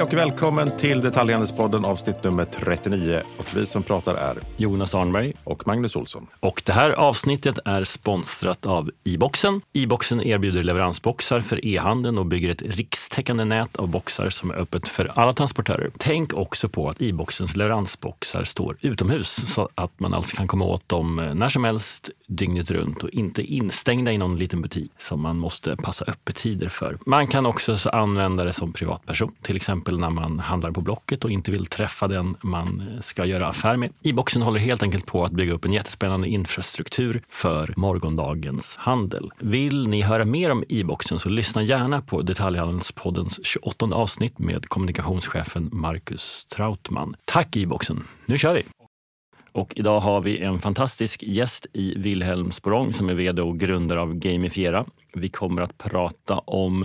och välkommen till Detaljhandelspodden avsnitt nummer 39. Och vi som pratar är Jonas Arnberg och Magnus Olsson. Och det här avsnittet är sponsrat av iBoxen. iBoxen erbjuder leveransboxar för e-handeln och bygger ett rikstäckande nät av boxar som är öppet för alla transportörer. Tänk också på att iBoxens leveransboxar står utomhus så att man alltså kan komma åt dem när som helst dygnet runt och inte instängda i någon liten butik som man måste passa öppettider för. Man kan också använda det som privatperson, till exempel när man handlar på Blocket och inte vill träffa den man ska göra affär med. iBoxen håller helt enkelt på att bygga upp en jättespännande infrastruktur för morgondagens handel. Vill ni höra mer om iBoxen så lyssna gärna på Detaljhandelspoddens 28 avsnitt med kommunikationschefen Marcus Trautman. Tack iBoxen, nu kör vi! Och idag har vi en fantastisk gäst i Wilhelm Sporrong som är vd och grundare av Gamifiera. Vi kommer att prata om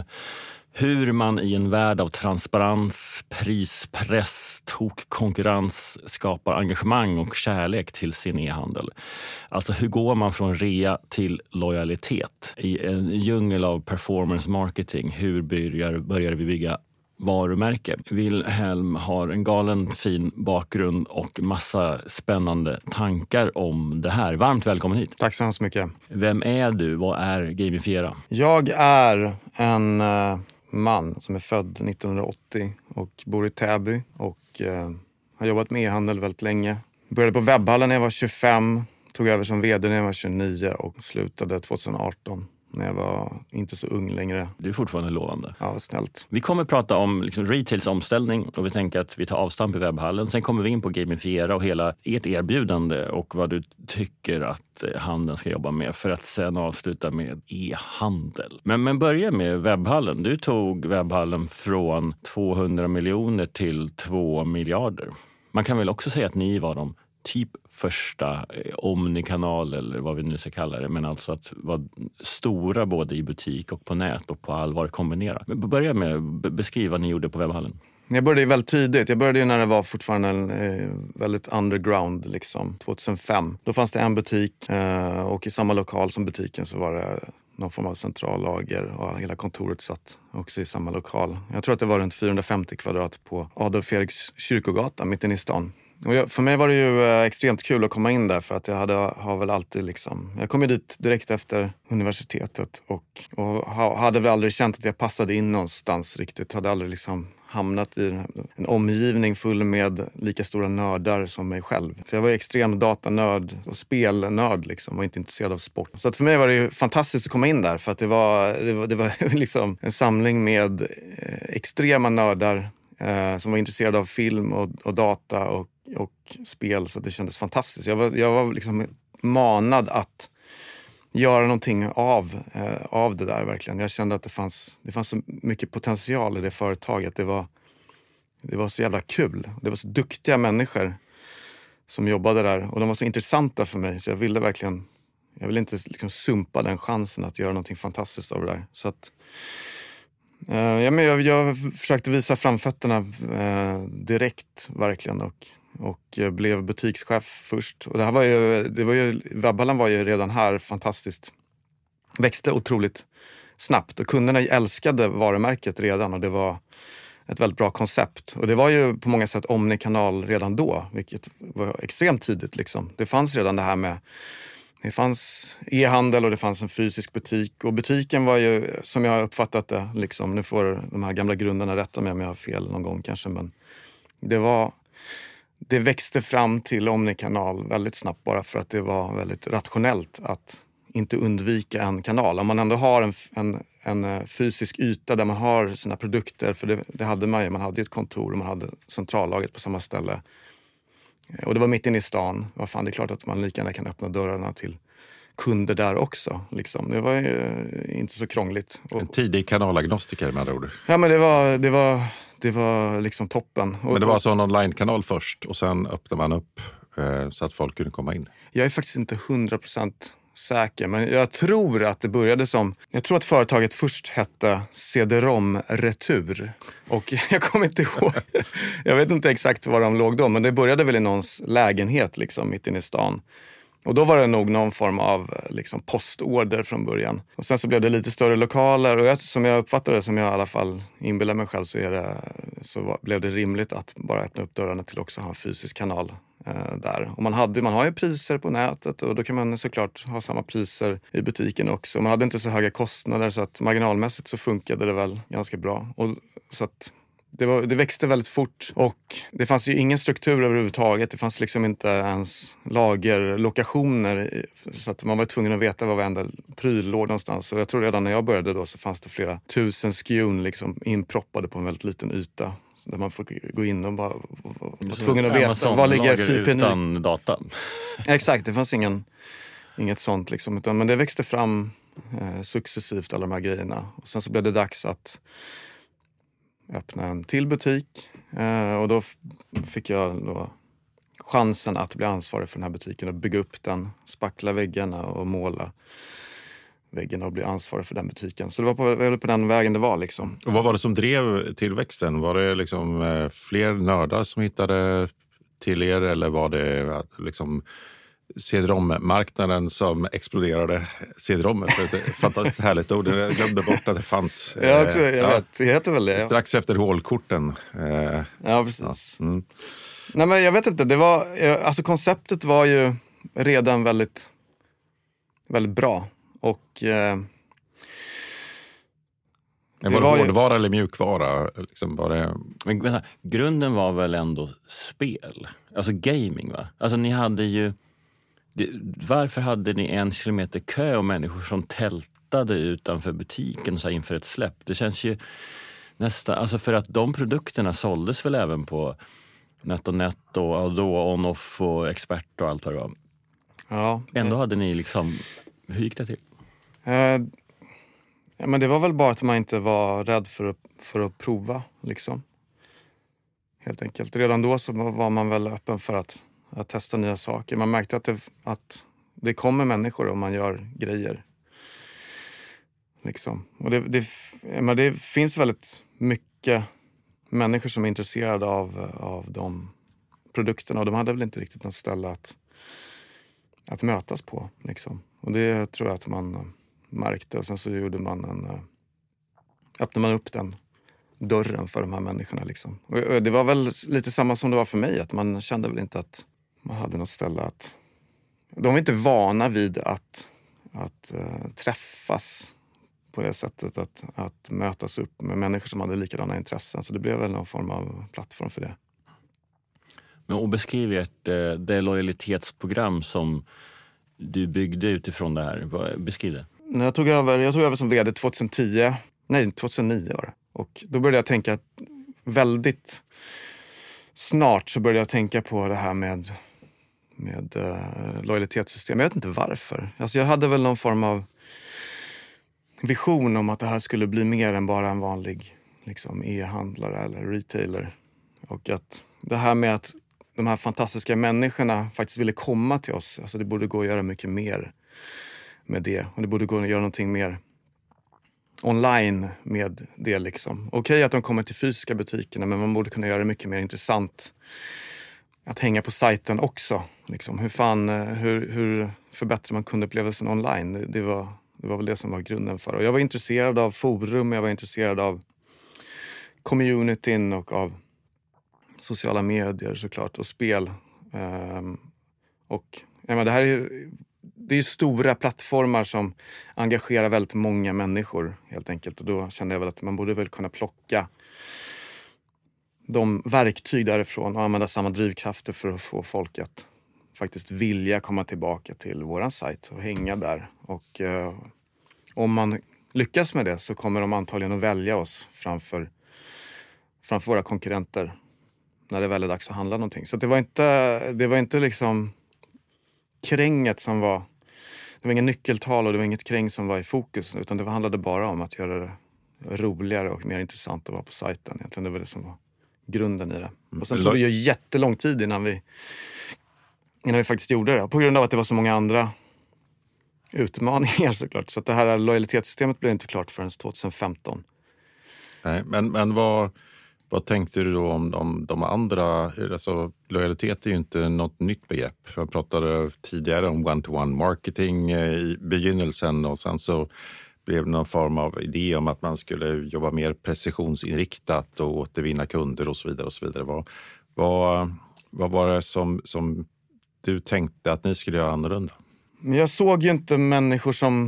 hur man i en värld av transparens, prispress, tokkonkurrens skapar engagemang och kärlek till sin e-handel. Alltså hur går man från rea till lojalitet i en djungel av performance marketing? Hur börjar vi bygga varumärke? Wilhelm har en galen fin bakgrund och massa spännande tankar om det här. Varmt välkommen hit. Tack så hemskt mycket. Vem är du? Vad är Gamifiera? Jag är en man som är född 1980 och bor i Täby och har jobbat med e-handel väldigt länge. Började på Webbhallen när jag var 25, tog över som vd när jag var 29 och slutade 2018. När jag var inte så ung längre. Du är fortfarande lovande. Ja, snällt. Vi kommer prata om retails omställning och vi tänker att vi tar avstamp i Webbhallen. Sen kommer vi in på Gamifiera och hela ert erbjudande och vad du tycker att handeln ska jobba med för att sen avsluta med e-handel. Men börja med Webbhallen. Du tog Webbhallen från 200 miljoner till 2 miljarder. Man kan väl också säga att ni var de typ första omnikanal eller vad vi nu ska kalla det, men alltså att vara stora både i butik och på nät och på allvar kombinera. Men börja med att beskriva vad ni gjorde på Webbhallen. Jag började ju väldigt tidigt. Jag började ju när det var fortfarande väldigt underground, liksom, 2005. Då fanns det en butik och i samma lokal som butiken så var det någon form av centrallager och hela kontoret satt också i samma lokal. Jag tror att det var runt 450 kvadrat på Adolf Fredriks kyrkogata mitt inne i stan. Och för mig var det ju extremt kul att komma in där för att jag har väl alltid liksom... Jag kom ju dit direkt efter universitetet och hade väl aldrig känt att jag passade in någonstans riktigt. Hade aldrig liksom hamnat i en omgivning full med lika stora nördar som mig själv. För jag var ju extrem datanörd och spelnörd liksom, var inte intresserad av sport. Så att för mig var det ju fantastiskt att komma in där för att det var liksom en samling med extrema nördar som var intresserade av film och data och spel, så det kändes fantastiskt. Jag var liksom manad att göra någonting av det där verkligen. Jag kände att det fanns så mycket potential i det företaget. Det var så jävla kul. Det var så duktiga människor som jobbade där och de var så intressanta för mig så jag ville inte liksom sumpa den chansen att göra någonting fantastiskt av det där. Så att jag försökte visa framfötterna direkt verkligen och blev butikschef först. Och Webbhallen var ju redan här fantastiskt. Växte otroligt snabbt och kunderna älskade varumärket redan och det var ett väldigt bra koncept. Och det var ju på många sätt omnikanal redan då, vilket var extremt tidigt liksom. Det fanns redan det här med det fanns e-handel och det fanns en fysisk butik. Och butiken var ju, som jag har uppfattat det, liksom, nu får de här gamla grundarna rätta mig om jag har fel någon gång kanske, men det växte fram till omnikanal väldigt snabbt bara för att det var väldigt rationellt att inte undvika en kanal. Om man ändå har en fysisk yta där man har sina produkter, för det hade man ju. Man hade ett kontor och man hade centrallaget på samma ställe. Och det var mitt inne i stan. Vad fan, det är klart att man lika gärna kan öppna dörrarna till kunder där också. Liksom. Det var ju inte så krångligt. En tidig kanalagnostiker med andra ord. Ja, men det var liksom toppen. Men det var alltså en online-kanal först och sen öppnade man upp så att folk kunde komma in. Jag är faktiskt inte 100% säker, men jag tror att det började som... Jag tror att företaget först hette CD-ROM Retur. Och jag kommer inte ihåg... Jag vet inte exakt var de låg då, men det började väl i någons lägenhet liksom, mitt inne i stan. Och då var det nog någon form av liksom postorder från början. Och sen så blev det lite större lokaler och som jag uppfattade det, som jag i alla fall inbillar mig själv, blev det rimligt att bara öppna upp dörrarna till också ha en fysisk kanal där. Och man har ju priser på nätet och då kan man såklart ha samma priser i butiken också. Man hade inte så höga kostnader så att marginalmässigt så funkade det väl ganska bra. Och så att det växte väldigt fort och det fanns ju ingen struktur överhuvudtaget. Det fanns liksom inte ens lagerlokationer så att man var tvungen att veta var varenda pryl låg någonstans. Så jag tror redan när jag började då så fanns det flera tusen skjun liksom inproppade på en väldigt liten yta. Där man får gå in och bara vara tvungen att veta var ligger FIPN utan data. Exakt, det fanns inget sånt liksom. Men det växte fram successivt alla de här grejerna. Och sen så blev det dags att öppna en till butik och då fick jag då chansen att bli ansvarig för den här butiken och bygga upp den, spackla väggarna och måla väggarna och bli ansvarig för den butiken. Så det var på den vägen det var liksom. Och vad var det som drev tillväxten? Var det liksom fler nördar som hittade till er eller var det liksom CD-ROM-marknaden som exploderade? CD-ROM är ett fantastiskt härligt ord. Jag glömde bort att det fanns. Jag vet. Det heter väl det. Ja. Strax efter hålkorten. Ja, precis. Ja. Mm. Nej, men jag vet inte. Det var, alltså konceptet var ju redan väldigt, väldigt bra. Och var det hårdvara eller mjukvara? Liksom var det... Men grunden var väl ändå spel? Alltså gaming, va? Alltså ni hade ju... Varför hade ni 1 kilometer kö och människor som tältade utanför butiken så inför ett släpp? Det känns ju nästan... Alltså för att de produkterna såldes väl även på NetOnNet och då On-Off och Expert och allt vad det var. Ja. Ändå hade ni liksom... Hur gick det till? Ja, men det var väl bara att man inte var rädd för att prova liksom. Helt enkelt. Redan då så var man väl öppen för att testa nya saker. Man märkte att det kommer människor om man gör grejer. Liksom. Och det finns väldigt mycket människor som är intresserade av de produkterna. Och de hade väl inte riktigt något ställe att mötas på. Liksom. Och det tror jag att man märkte. Och sen så gjorde öppnade man upp den dörren för de här människorna. Liksom. Och det var väl lite samma som det var för mig. Att man kände väl inte att man hade något ställe att... De var inte vana vid att träffas på det sättet. Att mötas upp med människor som hade likadana intressen. Så det blev väl någon form av plattform för det. Men och beskriv det lojalitetsprogram som du byggde utifrån det här. Beskriv det. När jag tog över som vd 2009 var det. Och då började jag tänka väldigt snart så började jag tänka på det här med lojalitetssystem. Jag vet inte varför. Alltså jag hade väl någon form av vision om att det här skulle bli mer än bara en vanlig liksom, e-handlare eller retailer. Och att det här med att de här fantastiska människorna faktiskt ville komma till oss. Alltså det borde gå att göra mycket mer med det. Och det borde gå att göra någonting mer online med det liksom. Okej att de kommer till fysiska butikerna, men man borde kunna göra det mycket mer intressant att hänga på sajten också. Liksom. Hur förbättrar man kundupplevelsen online? Det var väl det som var grunden för. Och jag var intresserad av forum, jag var intresserad av communityn och av sociala medier såklart och spel. Och det här det är stora plattformar som engagerar väldigt många människor helt enkelt. Och då kände jag väl att man borde väl kunna plocka de verktyg därifrån och använda samma drivkrafter för att få folk att faktiskt vilja komma tillbaka till våran sajt och hänga där. Och om man lyckas med det så kommer de antagligen att välja oss framför våra konkurrenter när det väl är dags att handla någonting. Så det var inte liksom kränget som var... Det var ingen nyckeltal och det var inget kräng som var i fokus, utan det handlade bara om att göra det roligare och mer intressant att vara på sajten. Egentligen det var det som var grunden i det. Och sen tog det ju jättelång tid innan vi faktiskt gjorde det. På grund av att det var så många andra utmaningar såklart. Så att det här lojalitetssystemet blev inte klart förrän 2015. Nej, men var Vad tänkte du då om de andra? Alltså, lojalitet är ju inte något nytt begrepp. Jag pratade tidigare om one-to-one marketing i begynnelsen och sen så blev det någon form av idé om att man skulle jobba mer precisionsinriktat och återvinna kunder och så vidare. Och så vidare. Vad var det som du tänkte att ni skulle göra annorlunda? Men jag såg ju inte människor som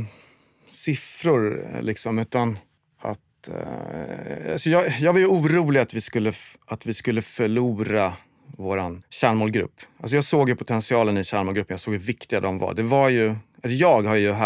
siffror liksom, utan att alltså jag var ju orolig att vi skulle förlora våran kärnmålgrupp. Alltså jag såg ju potentialen i kärnmålgruppen, jag såg hur viktiga de var. Det var ju, alltså jag har ju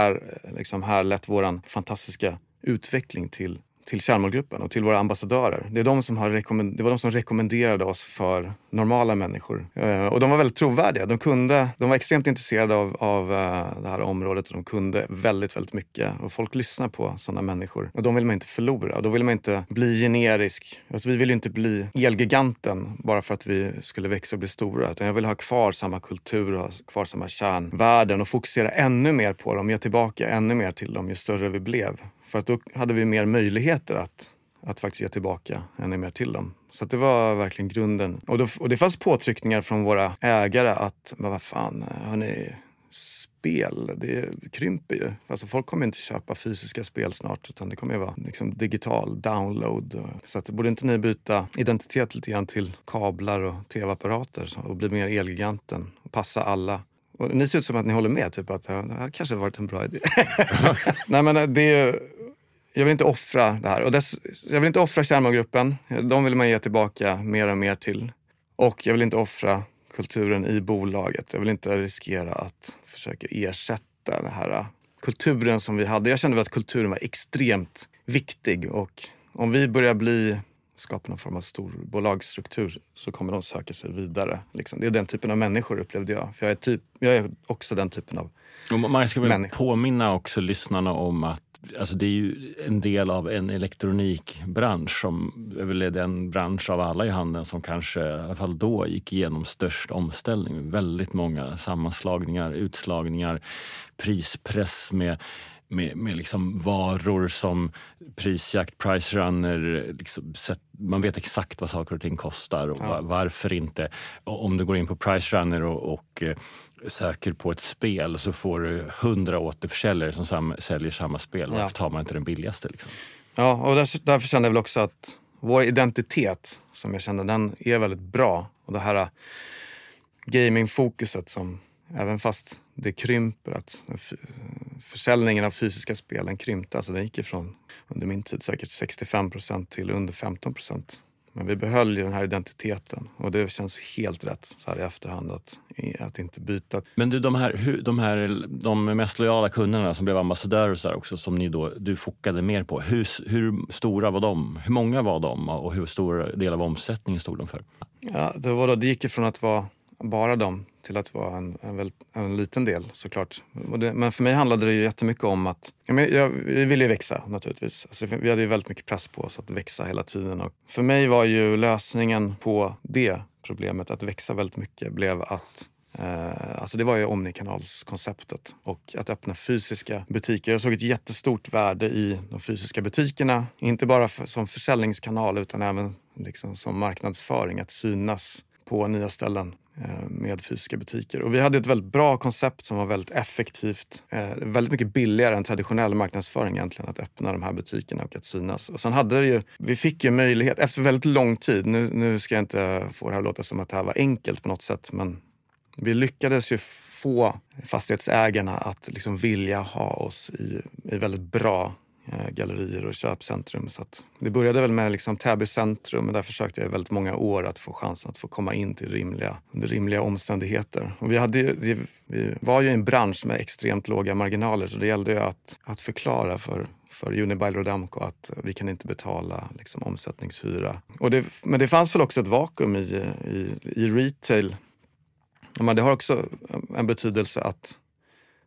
här lett våran fantastiska utveckling till kärnmålgruppen och till våra ambassadörer. Det är de som det var de som rekommenderade oss för normala människor. Och de var väldigt trovärdiga. De var extremt intresserade av det här området och de kunde väldigt, väldigt mycket. Och folk lyssnar på sådana människor. Och de vill man inte förlora. Och då vill man inte bli generisk. Alltså vi vill ju inte bli elgiganten bara för att vi skulle växa och bli stora. Utan jag vill ha kvar samma kultur och ha kvar samma kärnvärden och fokusera ännu mer på dem. Ge tillbaka ännu mer till dem ju större vi blev. För att då hade vi mer möjligheter att faktiskt ge tillbaka ännu mer till dem. Så att det var verkligen grunden. Och det fanns påtryckningar från våra ägare att, men vad fan, hörni, spel, det krymper ju. Alltså folk kommer inte köpa fysiska spel snart, utan det kommer ju vara liksom digital download. Så att borde inte ni byta identitet lite grann till kablar och tv-apparater och bli mer elgiganten och passa alla. Och ni ser ut som att ni håller med, typ att det här kanske varit en bra idé. Nej, men jag vill inte offra det här. Och jag vill inte offra kärnmålgruppen. De vill man ge tillbaka mer och mer till. Och jag vill inte offra kulturen i bolaget. Jag vill inte riskera att försöka ersätta den här kulturen som vi hade. Jag kände att kulturen var extremt viktig. Och om vi börjar skapa någon form av storbolagsstruktur så kommer de söka sig vidare. Liksom. Det är den typen av människor, upplevde jag. För jag är också den typen av man ska väl människor. Påminna också lyssnarna om att alltså det är ju en del av en elektronikbransch som är väl den bransch av alla i handeln som kanske i alla fall då gick igenom störst omställning. Väldigt många sammanslagningar, utslagningar, prispress med liksom varor som prisjakt, price runner, liksom, man vet exakt vad saker och ting kostar och varför inte. Om du går in på price runner och söker på ett spel så får du 100 återförsäljare som säljer samma spel. Varför tar man inte den billigaste? Liksom? Ja, och därför kände jag väl också att vår identitet, som jag kände, den är väldigt bra. Och det här gamingfokuset som, även fast det krymper, att försäljningen av fysiska spelen krympte. Alltså den gick ifrån, under min tid, säkert 65% till under 15%. Men vi behöll ju den här identiteten. Och det känns helt rätt så här i efterhand att inte byta. Men du, de mest lojala kunderna som blev ambassadörer så här också, som du fokade mer på. Hur stora var de? Hur många var de? Och hur stor del av omsättningen stod de för? Ja, det gick ifrån att vara bara dem till att vara en liten del, såklart. Men för mig handlade det ju jättemycket om att vi ville ju växa naturligtvis. Alltså, vi hade ju väldigt mycket press på oss att växa hela tiden. Och för mig var ju lösningen på det problemet, att växa väldigt mycket, blev att alltså det var ju omnikanalskonceptet och att öppna fysiska butiker. Jag såg ett jättestort värde i de fysiska butikerna, inte bara som försäljningskanal utan även liksom som marknadsföring, att synas på nya ställen med fysiska butiker. Och vi hade ett väldigt bra koncept som var väldigt effektivt. Väldigt mycket billigare än traditionell marknadsföring egentligen, att öppna de här butikerna och att synas. Och sen vi fick ju möjlighet efter väldigt lång tid. Nu ska jag inte få det här att låta som att det här var enkelt på något sätt, men vi lyckades ju få fastighetsägarna att liksom vilja ha oss i väldigt bra gallerier och köpcentrum. Så att det började väl med liksom Täby centrum, men där försökte jag väldigt många år att få chansen att få komma in under rimliga omständigheter. Och vi var ju en bransch med extremt låga marginaler, så det gällde ju att förklara för Unibail Rodamco att vi kan inte betala liksom omsättningshyra. Men det fanns väl också ett vakuum i retail. Men det har också en betydelse att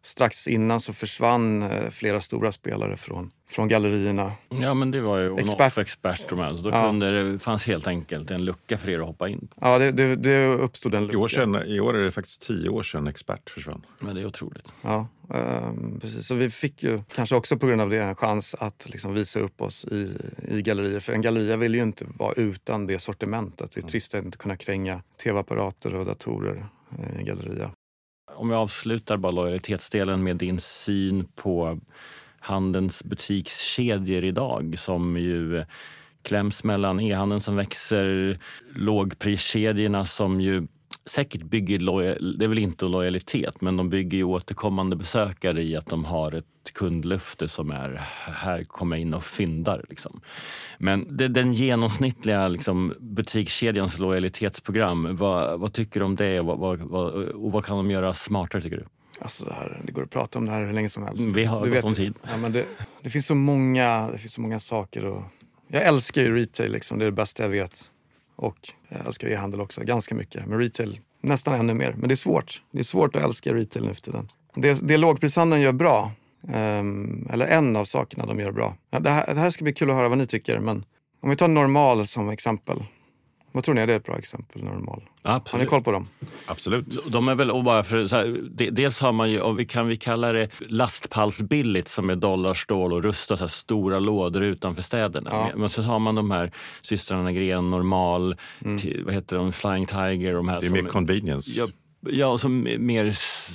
strax innan så försvann flera stora spelare från gallerierna. Ja, men det var ju Expert och med. Så då det fanns helt enkelt en lucka för er att hoppa in. Ja, det uppstod en lucka. I år är det faktiskt 10 år sedan Expert försvann. Men det är otroligt. Ja, precis. Så vi fick ju kanske också på grund av det en chans att liksom visa upp oss i gallerier. För en galleria vill ju inte vara utan det sortimentet. Det är trist att inte kunna kränga tv-apparater och datorer i en galleria. Om vi avslutar bara lojalitetsdelen med din syn på handelns butikskedjor idag som ju kläms mellan e-handeln som växer, lågpriskedjorna som ju säkert bygger, det är väl inte lojalitet, men de bygger ju återkommande besökare i att de har ett kundlöfte som är här kommer in och fyndar. Liksom. Men den genomsnittliga liksom, butikskedjans lojalitetsprogram, vad tycker du om det och vad kan de göra smartare tycker du? Alltså det går att prata om det här hur länge som helst. Vi har gått om tid. Ja, men det finns så många saker. Och jag älskar ju retail, liksom, det är det bästa jag vet. Och jag älskar e-handel också, ganska mycket. Men retail nästan ännu mer. Men det är svårt. Det är svårt att älska retail nu för tiden. Det lågprishandeln gör bra, eller en av sakerna de gör bra. Det här ska bli kul att höra vad ni tycker. Men om vi tar Normal som exempel. Vad tror ni är det ett bra exempel, Normal? Absolut. Har ni koll på dem? Absolut. De är väl, och bara för så här, dels har man ju, och vi kalla det lastpallsbilligt som är dollarstål och rusta så här stora lådor utanför städerna. Ja. Men så har man de här systrarna Gren, Normal, vad heter de, Flying Tiger. De här det är mer convenience. Ja, och som mer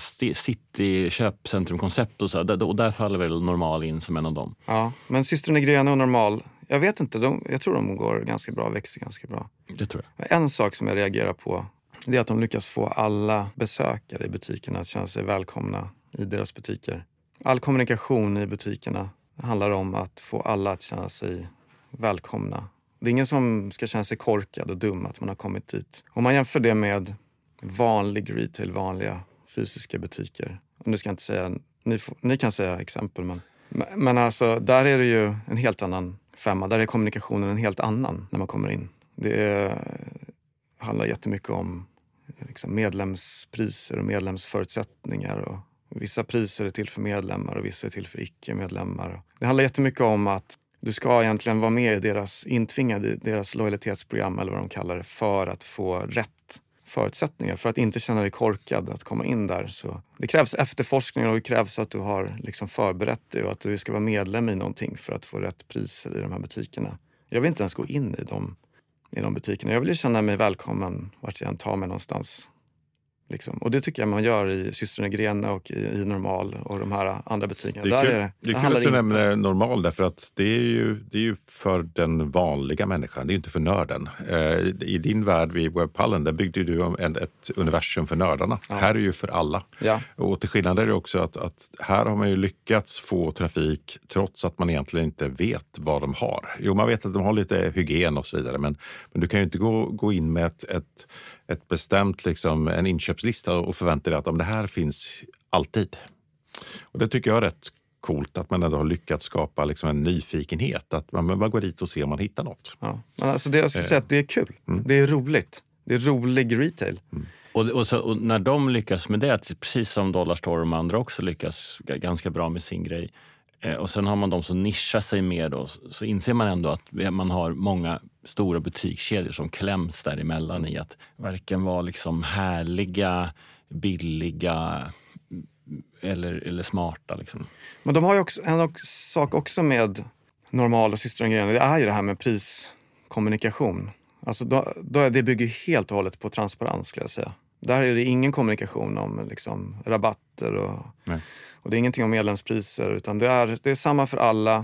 city köpcentrumkoncept och så. Och där faller väl Normal in som en av dem. Ja, men systrarna Gren och Normal, jag vet inte, jag tror de går ganska bra, växer ganska bra. Det tror jag. En sak som jag reagerar på, det är att de lyckas få alla besökare i butikerna att känna sig välkomna i deras butiker. All kommunikation i butikerna handlar om att få alla att känna sig välkomna. Det är ingen som ska känna sig korkad och dum att man har kommit dit. Om man jämför det med vanlig retail, vanliga fysiska butiker. Och nu ska jag inte säga, ni kan säga exempel, men alltså där är det ju en helt annan femma. Där är kommunikationen en helt annan när man kommer in. Det handlar jättemycket om liksom medlemspriser och medlemsförutsättningar. Och vissa priser är till för medlemmar och vissa är till för icke-medlemmar. Det handlar jättemycket om att du ska egentligen vara med i intvingad i deras lojalitetsprogram eller vad de kallar det, för att få rätt förutsättningar, för att inte känna dig korkad att komma in där. Så det krävs efterforskning och det krävs att du har liksom förberett dig och att du ska vara medlem i någonting för att få rätt priser i de här butikerna. Jag vill inte ens gå in i de butikerna. Jag vill ju känna mig välkommen vart jag än tar mig någonstans. Liksom. Och det tycker jag man gör i systrarna Grena och i Normal och de här andra butikerna. Det är kul att du nämner Normal därför att det är ju för den vanliga människan, det är inte för nörden. I din värld vid Webhallen, där byggde du ett universum för nördarna. Ja. Här är ju för alla. Ja. Och till skillnad är det också att här har man ju lyckats få trafik trots att man egentligen inte vet vad de har. Jo, man vet att de har lite hygien och så vidare, men du kan ju inte gå in med ett bestämt, liksom, en inköpslista och förvänta dig att det här finns alltid. Och det tycker jag är rätt coolt att man ändå har lyckats skapa liksom en nyfikenhet. Att man bara går dit och ser om man hittar något. Ja. Men alltså det jag skulle säga att det är kul. Det är roligt. Det är rolig retail. Och när de lyckas med det, precis som Dollarstore och de andra också lyckas ganska bra med sin grej. Och sen har man de som nischar sig mer då, så inser man ändå att man har många stora butikskedjor som kläms däremellan i att varken vara liksom härliga, billiga eller smarta. Liksom. Men de har ju också en sak också med Normal och systrarna Grena. Det är ju det här med priskommunikation. Alltså det bygger helt och hållet på transparens, skulle jag säga. Där är det ingen kommunikation om liksom rabatter och det är ingenting om medlemspriser, utan det är samma för alla.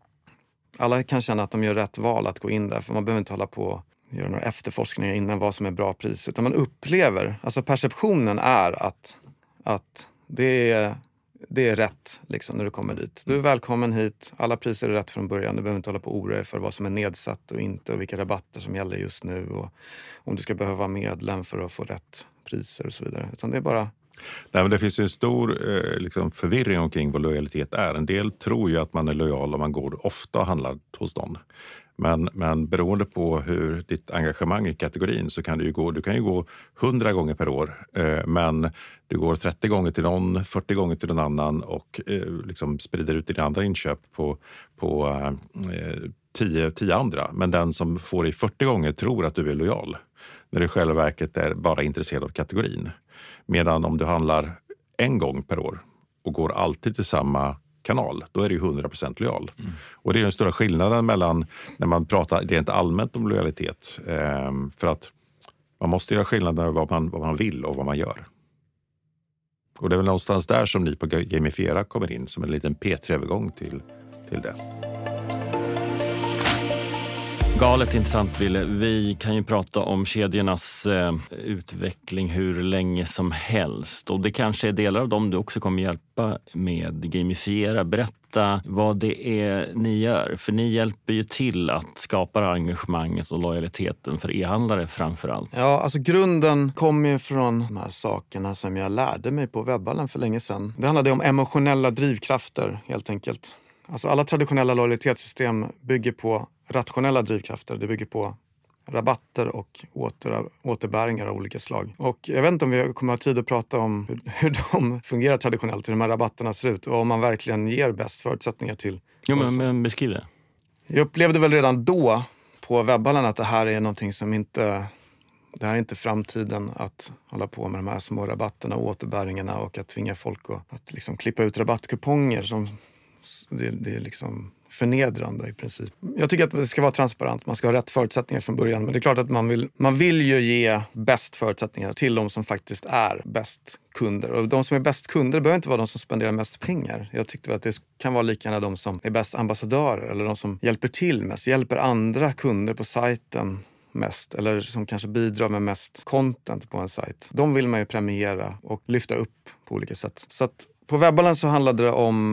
Alla kan känna att de gör rätt val att gå in där, för man behöver inte hålla på och göra några efterforskningar innan vad som är bra pris. Utan man upplever, alltså perceptionen är att det är rätt liksom, när du kommer dit. Du är välkommen hit, alla priser är rätt från början. Du behöver inte hålla på och oroa dig för vad som är nedsatt och inte och vilka rabatter som gäller just nu och om du ska behöva vara medlem för att få rätt priser och så vidare. Utan det är bara... Nej, men det finns en stor liksom förvirring omkring vad lojalitet är. En del tror ju att man är lojal om man går ofta och handlar hos någon. Men beroende på hur ditt engagemang i kategorin så kan du kan ju gå 100 gånger per år. Men du går 30 gånger till någon, 40 gånger till någon annan och liksom sprider ut dina andra inköp på 10 andra. Men den som får dig 40 gånger tror att du är lojal. När du i själva verket är bara intresserad av kategorin. Medan om du handlar en gång per år och går alltid till samma kanal, då är du 100% lojal. Och det är den stora skillnaden mellan när man pratar rent allmänt om lojalitet. För att man måste göra skillnaden vad man vill och vad man gör. Och det är väl någonstans där som ni på Gamifiera kommer in som en liten P3-övergång till det. Galet intressant, Wille. Vi kan ju prata om kedjornas utveckling hur länge som helst. Och det kanske är delar av dem du också kommer hjälpa med Gamifiera. Berätta vad det är ni gör. För ni hjälper ju till att skapa engagemanget och lojaliteten för e-handlare framför allt. Ja, alltså grunden kommer ju från de här sakerna som jag lärde mig på Webhallen för länge sedan. Det handlade om emotionella drivkrafter helt enkelt. Alltså alla traditionella lojalitetssystem bygger på rationella drivkrafter. Det bygger på rabatter och återbäringar av olika slag. Och jag vet inte om vi kommer ha tid att prata om hur de fungerar traditionellt, hur de här rabatterna ser ut och om man verkligen ger bäst förutsättningar till. Jo, men beskriv det. Jag upplevde väl redan då på Webhallen att det här är någonting som inte... Det här är inte framtiden att hålla på med de här små rabatterna och återbäringarna och att tvinga folk att liksom klippa ut rabattkuponger som... Det är liksom förnedrande i princip. Jag tycker att det ska vara transparent. Man ska ha rätt förutsättningar från början. Men det är klart att man vill ju ge bäst förutsättningar till de som faktiskt är bäst kunder. Och de som är bäst kunder behöver inte vara de som spenderar mest pengar. Jag tyckte att det kan vara lika gärna de som är bäst ambassadörer eller de som hjälper till mest. Hjälper andra kunder på sajten mest eller som kanske bidrar med mest content på en sajt. De vill man ju premiera och lyfta upp på olika sätt. Så att på Webhallen så handlade det om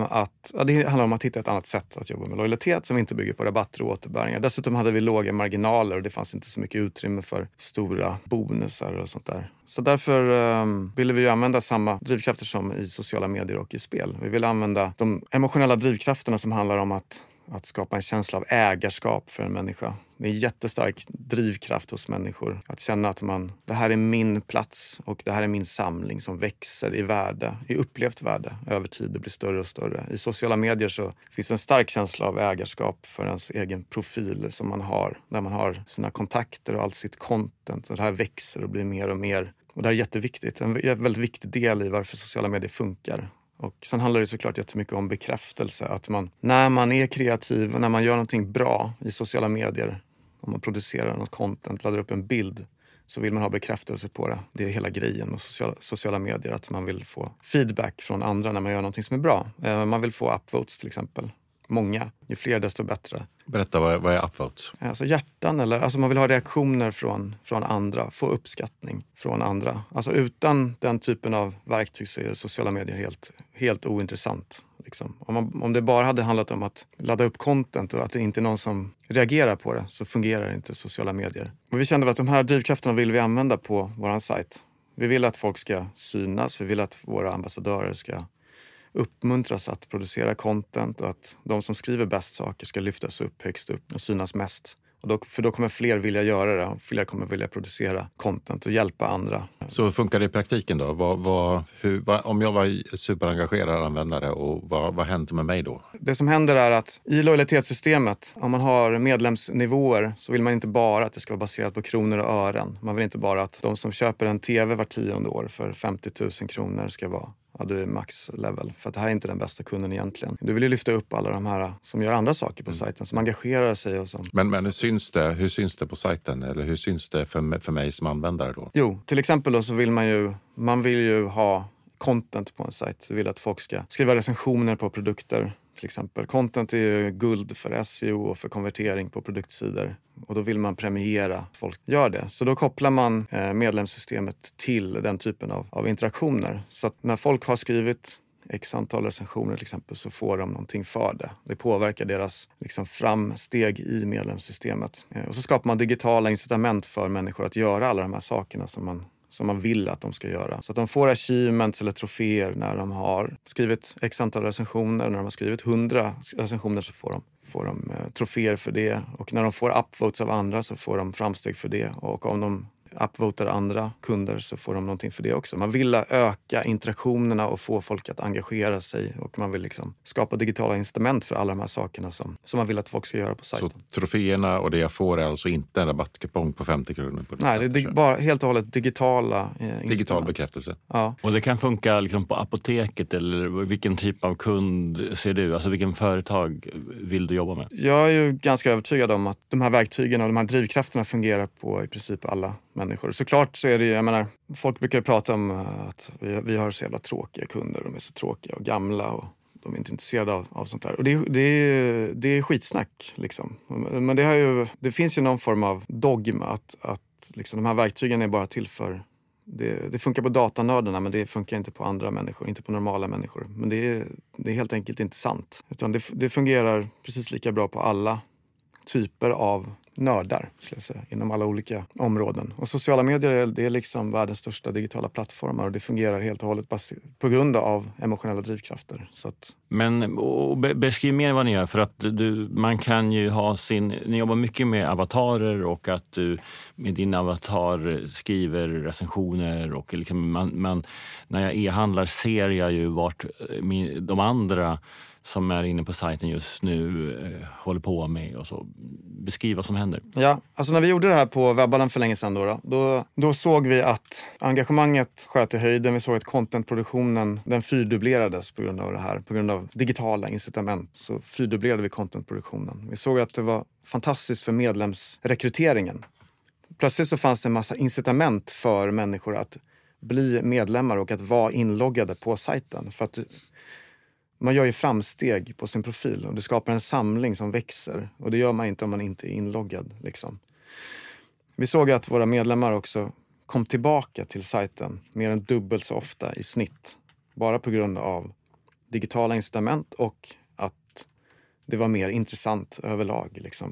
att hitta ett annat sätt att jobba med lojalitet som inte bygger på rabatter och återbäringar. Dessutom hade vi låga marginaler och det fanns inte så mycket utrymme för stora bonusar och sånt där. Så därför ville vi använda samma drivkrafter som i sociala medier och i spel. Vi ville använda de emotionella drivkrafterna som handlar om att skapa en känsla av ägarskap för en människa. Det är en jättestark drivkraft hos människor. Att känna att det här är min plats och det här är min samling som växer i värde, i upplevt värde över tid. Det blir större och större. I sociala medier så finns en stark känsla av ägarskap för ens egen profil som man har. Där man har sina kontakter och allt sitt content. Och det här växer och blir mer och mer. Och det här är jätteviktigt. En väldigt viktig del i varför sociala medier funkar. Och sen handlar det såklart jättemycket om bekräftelse. Att när man är kreativ och när man gör någonting bra i sociala medier, om man producerar något content, laddar upp en bild, så vill man ha bekräftelse på det. Det är hela grejen med sociala medier, att man vill få feedback från andra när man gör någonting som är bra. Man vill få upvotes till exempel. Många. Ju fler desto bättre. Berätta, vad är upvotes? Alltså hjärtan alltså man vill ha reaktioner från andra. Få uppskattning från andra. Alltså utan den typen av verktyg så är sociala medier helt ointressant. Liksom. Om det bara hade handlat om att ladda upp content och att det inte är någon som reagerar på det, så fungerar inte sociala medier. Och vi kände att de här drivkrafterna vill vi använda på våran sajt. Vi vill att folk ska synas. Vi vill att våra ambassadörer ska uppmuntras att producera content och att de som skriver bäst saker ska lyftas upp högst upp och synas mest. För då kommer fler vilja göra det och fler kommer vilja producera content och hjälpa andra. Så funkar det i praktiken då? Om jag var superengagerad användare, och vad händer med mig då? Det som händer är att i lojalitetssystemet, om man har medlemsnivåer, så vill man inte bara att det ska vara baserat på kronor och ören. Man vill inte bara att de som köper en tv var 10:e år för 50 000 kronor ska vara du är max level. För att det här är inte den bästa kunden egentligen. Du vill ju lyfta upp alla de här som gör andra saker på sajten, som engagerar sig och så. Men hur syns det på sajten? Eller hur syns det för mig som användare då? Jo, till exempel då så vill man vill ju ha content på en sajt. Du vill att folk ska skriva recensioner på produkter. Till exempel. Content är ju guld för SEO och för konvertering på produktsidor. Och då vill man premiera att folk gör det. Så då kopplar man medlemssystemet till den typen av interaktioner. Så att när folk har skrivit x antal recensioner till exempel, så får de någonting för det. Det påverkar deras framsteg i medlemssystemet. Och så skapar man digitala incitament för människor att göra alla de här sakerna som man som man vill att de ska göra. Så att de får achievements eller troféer när de har skrivit x antal recensioner. När de har skrivit 100 recensioner så får de troféer för det. Och när de får upvotes av andra så får de framsteg för det. Och om de upvotar andra kunder så får de någonting för det också. Man vill öka interaktionerna och få folk att engagera sig. Och man vill liksom skapa digitala incitament för alla de här sakerna som man vill att folk ska göra på sajten. Så troféerna och det jag får är alltså inte en rabattkupong på 50 kronor? Nej, det är bara helt och hållet digitala digital bekräftelse. Ja. Och det kan funka liksom på apoteket, eller vilken typ av kund ser du? Alltså vilken företag vill du jobba med? Jag är ju ganska övertygad om att de här verktygen och de här drivkrafterna fungerar på i princip alla människor. Såklart så är det, jag menar, folk brukar prata om att vi har så jävla tråkiga kunder, de är så tråkiga och gamla och de är inte intresserade av sånt här. Och det är skitsnack liksom. Men det finns ju någon form av dogma att liksom, de här verktygen är bara till för det funkar på datanördarna, men det funkar inte på andra människor, inte på normala människor. Men det är helt enkelt inte sant. Utan det fungerar precis lika bra på alla typer av nördar, skulle jag säga, inom alla olika områden. Och sociala medier, det är liksom världens största digitala plattformar och det fungerar helt och hållet på grund av emotionella drivkrafter. Så att... Men beskriv mer vad ni gör, för att man kan ju ha ni jobbar mycket med avatarer och att du med din avatar skriver recensioner och liksom när jag e-handlar ser jag ju vart de andra som är inne på sajten just nu håller på med och så. Beskriv vad som händer. Ja, alltså när vi gjorde det här på Webhallen för länge sedan då såg vi att engagemanget sköt i höjden. Vi såg att contentproduktionen, den fyrdubblerades på grund av det här. På grund av digitala incitament så fyrdubblerade vi contentproduktionen. Vi såg att det var fantastiskt för medlemsrekryteringen. Plötsligt så fanns det en massa incitament för människor att bli medlemmar och att vara inloggade på sajten. För att man gör ju framsteg på sin profil och det skapar en samling som växer. Och det gör man inte om man inte är inloggad. Liksom. Vi såg att våra medlemmar också kom tillbaka till sajten mer än dubbelt så ofta i snitt. Bara på grund av digitala incitament och att det var mer intressant överlag liksom,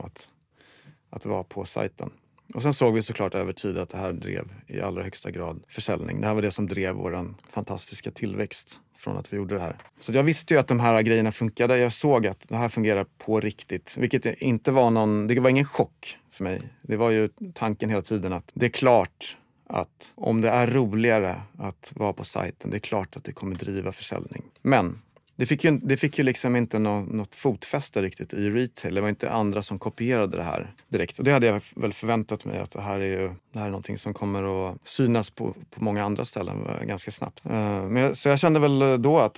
att vara på sajten. Och sen såg vi såklart över tid att det här drev i allra högsta grad försäljning. Det här var det som drev vår fantastiska tillväxt från att vi gjorde det här. Så jag visste ju att de här grejerna funkade. Jag såg att det här fungerar på riktigt. Vilket inte var det var ingen chock för mig. Det var ju tanken hela tiden att det är klart att om det är roligare att vara på sajten, det är klart att det kommer driva försäljning. Men det fick ju liksom inte något fotfäste riktigt i retail. Det var inte andra som kopierade det här direkt. Och det hade jag väl förväntat mig att det här är någonting som kommer att synas på många andra ställen ganska snabbt. Så jag kände väl då att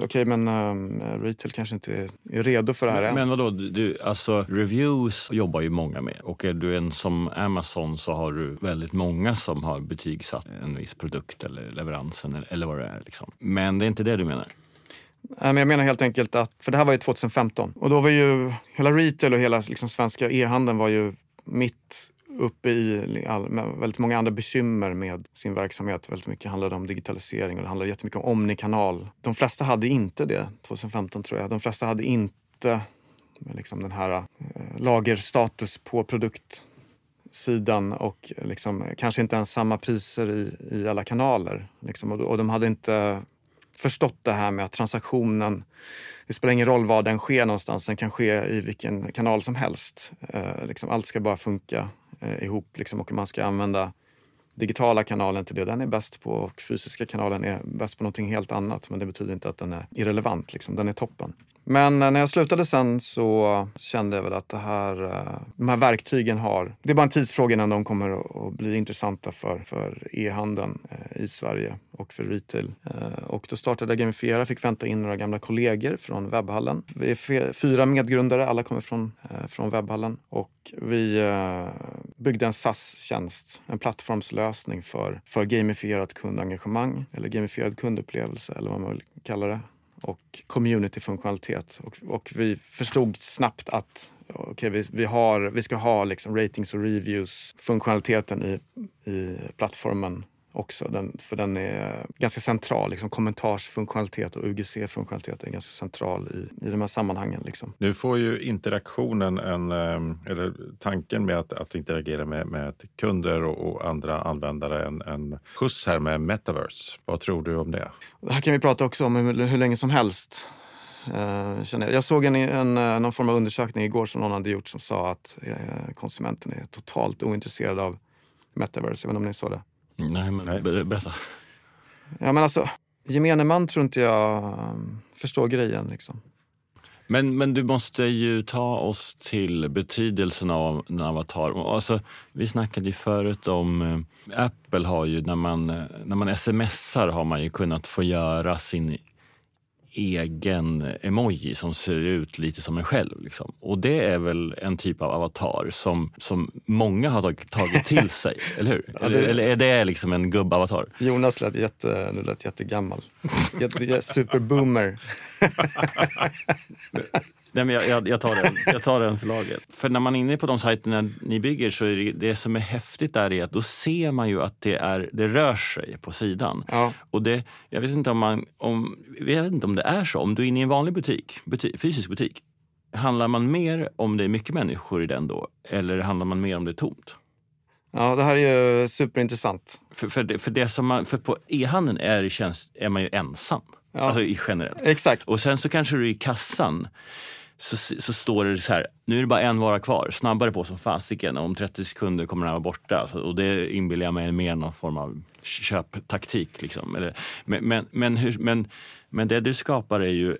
retail kanske inte är redo för det här än. Men vadå, alltså reviews jobbar ju många med. Och är du en som Amazon så har du väldigt många som har betygsatt en viss produkt eller leveransen eller vad det är. Liksom. Men det är inte det du menar? Men jag menar helt enkelt att, för det här var ju 2015 och då var ju hela retail och hela liksom svenska e-handeln var ju mitt uppe i väldigt många andra bekymmer med sin verksamhet. Väldigt mycket handlade om digitalisering och det handlade jättemycket om omnikanal. De flesta hade inte det 2015 tror jag. De flesta hade inte liksom den här lagerstatus på produktsidan och liksom, kanske inte ens samma priser i alla kanaler. Liksom, och de hade inte förstått det här med att transaktionen, det spelar ingen roll var den sker någonstans, den kan ske i vilken kanal som helst. Liksom, allt ska bara funka ihop liksom, och man ska använda digitala kanalen till det den är bäst på och fysiska kanalen är bäst på någonting helt annat, men det betyder inte att den är irrelevant, liksom. Den är toppen. Men när jag slutade sen så kände jag väl att de här verktygen det är bara en tidsfråga innan de kommer att bli intressanta för e-handeln i Sverige och för retail. Och då startade jag Gamifiera, fick vänta in några gamla kollegor från Webhallen. Vi är 4 medgrundare, alla kommer från Webhallen och vi byggde en SaaS-tjänst, en plattformslösning för gamifierat kundengagemang eller gamifierad kundupplevelse eller vad man vill kalla det. Och community-funktionalitet. Och vi förstod snabbt att vi ska ha liksom ratings och reviews-funktionaliteten i plattformen också. För den är ganska central. Liksom, kommentarsfunktionalitet och UGC-funktionalitet är ganska central i de här sammanhangen. Liksom. Nu får ju interaktionen eller tanken med att interagera med kunder och andra användare en skjuts här med Metaverse. Vad tror du om det? Det här kan vi prata också om hur länge som helst. Jag såg någon form av undersökning igår som någon hade gjort som sa att konsumenten är totalt ointresserad av Metaverse. Jag vet inte om ni såg det. Nej, berätta. Ja, men alltså, gemene man tror inte jag förstår grejen liksom. Men du måste ju ta oss till betydelsen av en avatar. Alltså, vi snackade ju förut om Apple har ju när man smsar har man ju kunnat få göra sin egen emoji som ser ut lite som en själv. Liksom. Och det är väl en typ av avatar som många har tagit till sig, eller hur? Ja, eller är det liksom en gubbavatar? Jonas lät jättegammal. Superboomer. Nej, men jag tar den för laget. För när man är inne på de sajterna ni bygger så är det som är häftigt där är att då ser man ju att det rör sig på sidan. Ja. Och jag vet inte om det är så. Om du är inne i en vanlig fysisk butik, handlar man mer om det är mycket människor i den då? Eller handlar man mer om det är tomt? Ja, det här är ju superintressant. För på e-handeln är man ju ensam. Ja. Alltså generellt. Exakt. Och sen så kanske du i kassan så står det så här, nu är det bara en vara kvar, snabbare på som fasiken, om 30 sekunder kommer den här vara borta. Och det inbillar jag mig mer någon form av köptaktik liksom. Men det du skapar är ju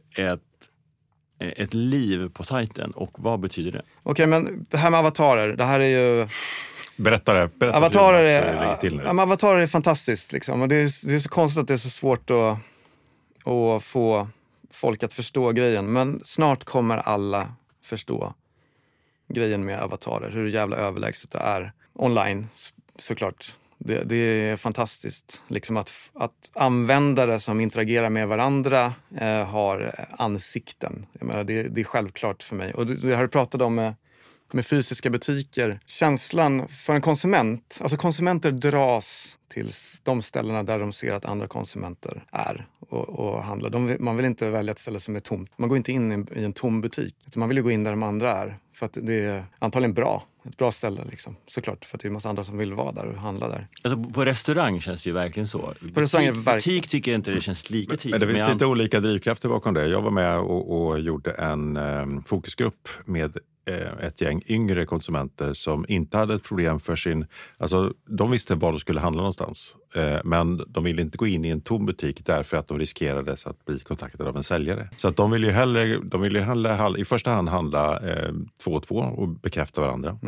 ett liv på sajten, och vad betyder det? Okej, men det här med avatarer, det här är ju... Berätta avatarer är är fantastiskt liksom. Och det är så konstigt att det är så svårt att få folk att förstå grejen. Men snart kommer alla förstå grejen med avatarer. Hur jävla överlägset det är online, såklart. Det är fantastiskt. Liksom att användare som interagerar med varandra har ansikten. Jag menar, det är självklart för mig. Och det har du pratat om med fysiska butiker. Känslan för en konsument, alltså konsumenter dras till de ställena där de ser att andra konsumenter är och handlar. Man vill inte välja ett ställe som är tomt. Man går inte in i en tom butik. Man vill ju gå in där de andra är. För att det är antagligen ett bra ställe liksom. Såklart, för att det är en massa andra som vill vara där och handla där. Alltså på restaurang känns det ju verkligen så. Butik tycker jag inte det känns lika tydligt. Men det finns lite olika drivkrafter bakom det. Jag var med och gjorde en fokusgrupp med ett gäng yngre konsumenter som inte hade ett problem för alltså de visste var de skulle handla någonstans. Men de ville inte gå in i en tom butik därför att de riskerades att bli kontaktade av en säljare. Så att de ville ju hellre i första hand handla 2 och 2 och bekräfta varandra.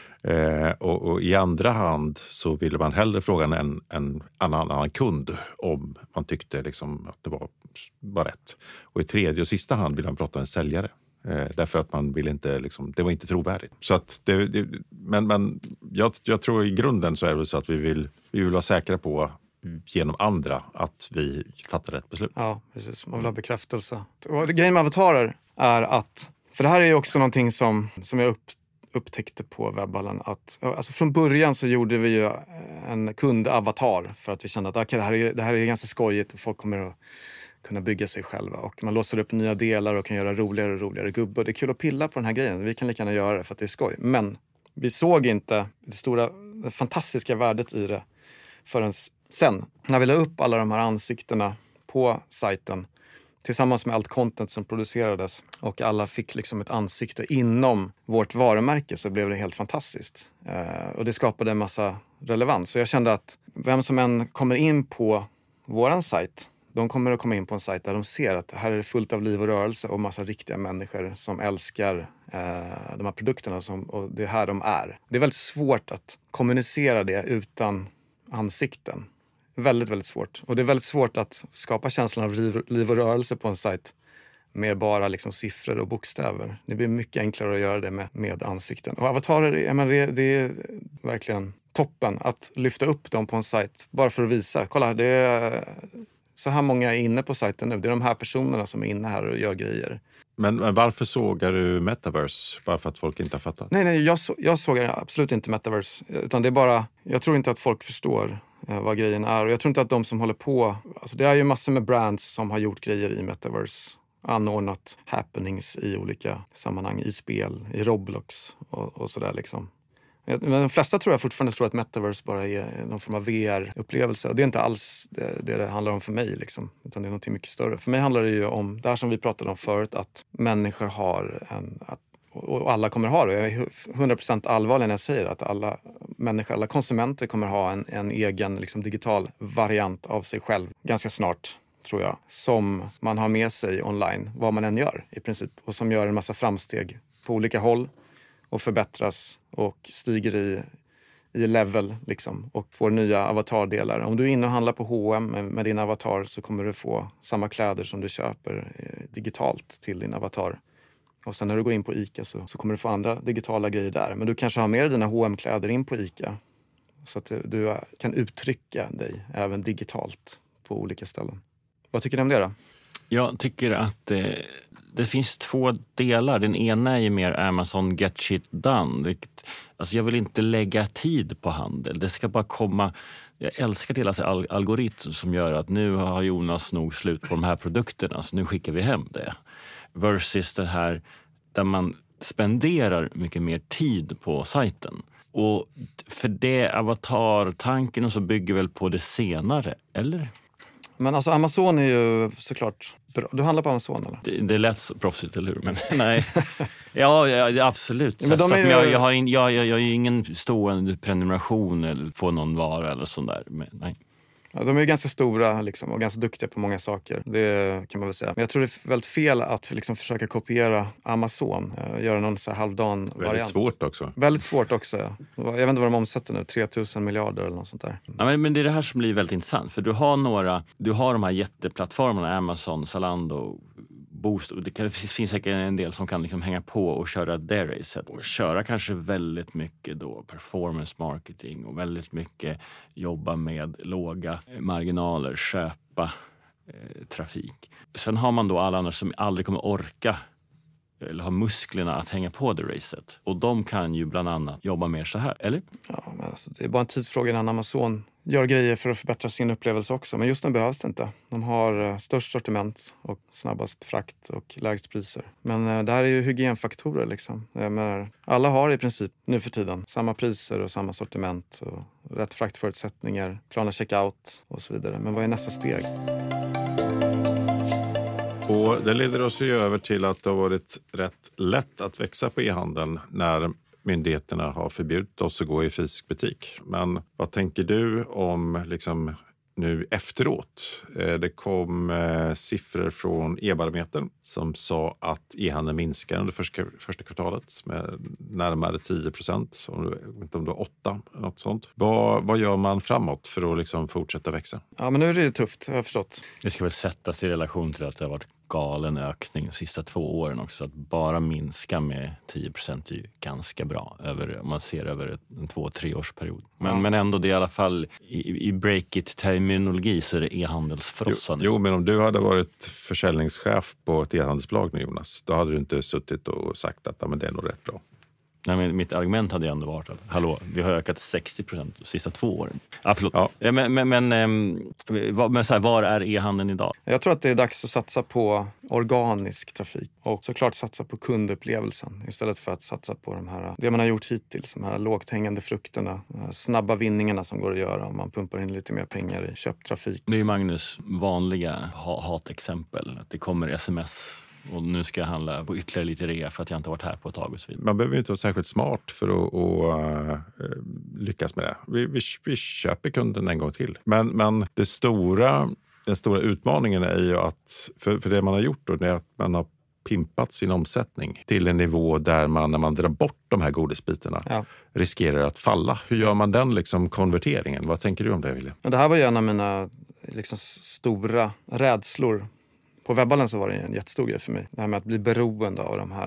Och i andra hand så ville man hellre fråga en annan kund om man tyckte liksom att det var rätt. Och i tredje och sista hand ville man prata med en säljare. Därför att man vill inte, liksom, det var inte trovärdigt. Så att men jag tror i grunden så är det så att vi vill vara säkra på genom andra att vi fattar rätt beslut. Ja, precis. Man vill ha bekräftelse. Och grejen med avatarer är att, för det här är ju också någonting som jag upptäckte på Webhallen, att alltså från början så gjorde vi ju en kundavatar för att vi kände att okay, det här är ganska skojigt och folk kommer att kunna bygga sig själva, och man låser upp nya delar och kan göra roligare och roligare gubbar. Det är kul att pilla på den här grejen. Vi kan lika gärna göra det för att det är skoj. Men vi såg inte det fantastiska värdet i det förrän sen. När vi la upp alla de här ansiktena på sajten tillsammans med allt content som producerades och alla fick liksom ett ansikte inom vårt varumärke, så blev det helt fantastiskt. Och det skapade en massa relevans. Så jag kände att vem som än kommer in på våran sajt, de kommer att komma in på en sajt där de ser att här är det fullt av liv och rörelse och massa riktiga människor som älskar de här produkterna och det är här de är. Det är väldigt svårt att kommunicera det utan ansikten. Väldigt, väldigt svårt. Och det är väldigt svårt att skapa känslan av liv och rörelse på en sajt med bara liksom siffror och bokstäver. Det blir mycket enklare att göra det med ansikten. Och avatarer, det är verkligen toppen att lyfta upp dem på en sajt bara för att visa. Kolla, det är så här många är inne på sajten nu. Det är de här personerna som är inne här och gör grejer. Men varför sågar du Metaverse? Bara för att folk inte har fattat? Nej, jag sågar absolut inte Metaverse. Utan det är bara, jag tror inte att folk förstår vad grejen är. Och jag tror inte att de som håller på... Alltså det är ju massor med brands som har gjort grejer i metaverse. Anordnat happenings i olika sammanhang. I spel, i Roblox och sådär liksom. Men de flesta tror att metaverse bara är någon form av VR-upplevelse. Och det är inte alls det handlar om för mig liksom. Utan det är något mycket större. För mig handlar det ju om, det här som vi pratade om förut, att människor har och alla kommer ha det. Jag är 100% allvarlig när jag säger att alla människor, alla konsumenter kommer ha en egen liksom, digital variant av sig själv ganska snart, tror jag. Som man har med sig online, vad man än gör i princip. Och som gör en massa framsteg på olika håll och förbättras och stiger i level liksom, och får nya avatardelar. Om du är inne och handlar på H&M med din avatar så kommer du få samma kläder som du köper digitalt till din avatar. Och sen när du går in på ICA så kommer du få andra digitala grejer där. Men du kanske har med dina H&M-kläder in på ICA. Så att du kan uttrycka dig även digitalt på olika ställen. Vad tycker ni om det då? Jag tycker att det finns två delar. Den ena är ju mer Amazon get shit done. Alltså jag vill inte lägga tid på handel. Det ska bara komma... Jag älskar deras algoritm som gör att nu har Jonas nog slut på de här produkterna så nu skickar vi hem det. Versus det här där man spenderar mycket mer tid på sajten. Och för det avatartanken och så bygger väl på det senare, eller? Men alltså Amazon är ju såklart bra. Du handlar på Amazon eller? Det är lätt så proffsigt, eller hur? Men nej. Ja, absolut. Ja, men jag har ju ingen stående prenumeration på någon vara eller sånt där. Men, nej. Ja, de är ju ganska stora liksom, och ganska duktiga på många saker. Det kan man väl säga. Men jag tror det är väldigt fel att liksom, försöka kopiera Amazon. Göra någon så här halvdan variant. Väldigt svårt också. Väldigt svårt också, ja. Jag vet inte vad de omsätter nu. 3000 miljarder eller något sånt där. Ja, men det är det här som blir väldigt intressant. För du har de här jätteplattformarna. Amazon, Zalando, Boost. Det finns säkert en del som kan liksom hänga på och köra det racet. Och köra kanske väldigt mycket då performance marketing och väldigt mycket jobba med låga marginaler, köpa trafik. Sen har man då alla andra som aldrig kommer orka eller ha musklerna att hänga på det racet. Och de kan ju bland annat jobba mer så här, eller? Ja, men alltså, det är bara en tidsfråga innan Amazon gör grejer för att förbättra sin upplevelse också. Men just nu behövs det inte. De har störst sortiment och snabbast frakt och lägst priser. Men det här är ju hygienfaktorer liksom. Jag menar, alla har i princip nu för tiden samma priser och samma sortiment och rätt fraktförutsättningar, klara checkout och så vidare. Men vad är nästa steg? Och det leder oss ju över till att det har varit rätt lätt att växa på e-handeln när myndigheterna har förbjudit oss att gå i fysisk butik. Men vad tänker du om liksom nu efteråt? Det kom siffror från e-barometern som sa att e-handeln minskar under första kvartalet med närmare 10%, om det var 8%, något sånt. Vad gör man framåt för att liksom fortsätta växa? Ja, men nu är det tufft, jag har förstått. Det ska väl sättas i relation till att det har varit galen ökning de sista 2 åren också. Att bara minska med 10% är ju ganska bra om man ser över en 2-3 årsperiod. Men ändå, det är i alla fall i break-it-terminologi så är det e-handelsfrossan. Jo, men om du hade varit försäljningschef på ett e-handelsbolag nu, Jonas, då hade du inte suttit och sagt att men det är nog rätt bra. Nej, men mitt argument hade ju ändå varit att vi har ökat 60% de sista 2 åren. Förlåt. Ja. Men så här, var är e-handeln idag? Jag tror att det är dags att satsa på organisk trafik och såklart satsa på kundupplevelsen istället för att satsa på det man har gjort hittills, de här lågt hängande frukterna, snabba vinningarna som går att göra om man pumpar in lite mer pengar i köptrafik. Det är ju Magnus vanliga hatexempel, att det kommer sms och nu ska jag handla på ytterligare lite rea för att jag inte varit här på ett tag och så vidare. Man behöver ju inte vara särskilt smart för att lyckas med det. Vi köper kunden en gång till. Men den stora utmaningen är ju att, för det man har gjort då, är att man har pimpat sin omsättning till en nivå där man, när man drar bort de här godisbitarna, riskerar att falla. Hur gör man den liksom konverteringen? Vad tänker du om det, Wille? Det här var ju en av mina liksom stora rädslor. På webballen så var det en jättestor grej för mig. Det här med att bli beroende av de här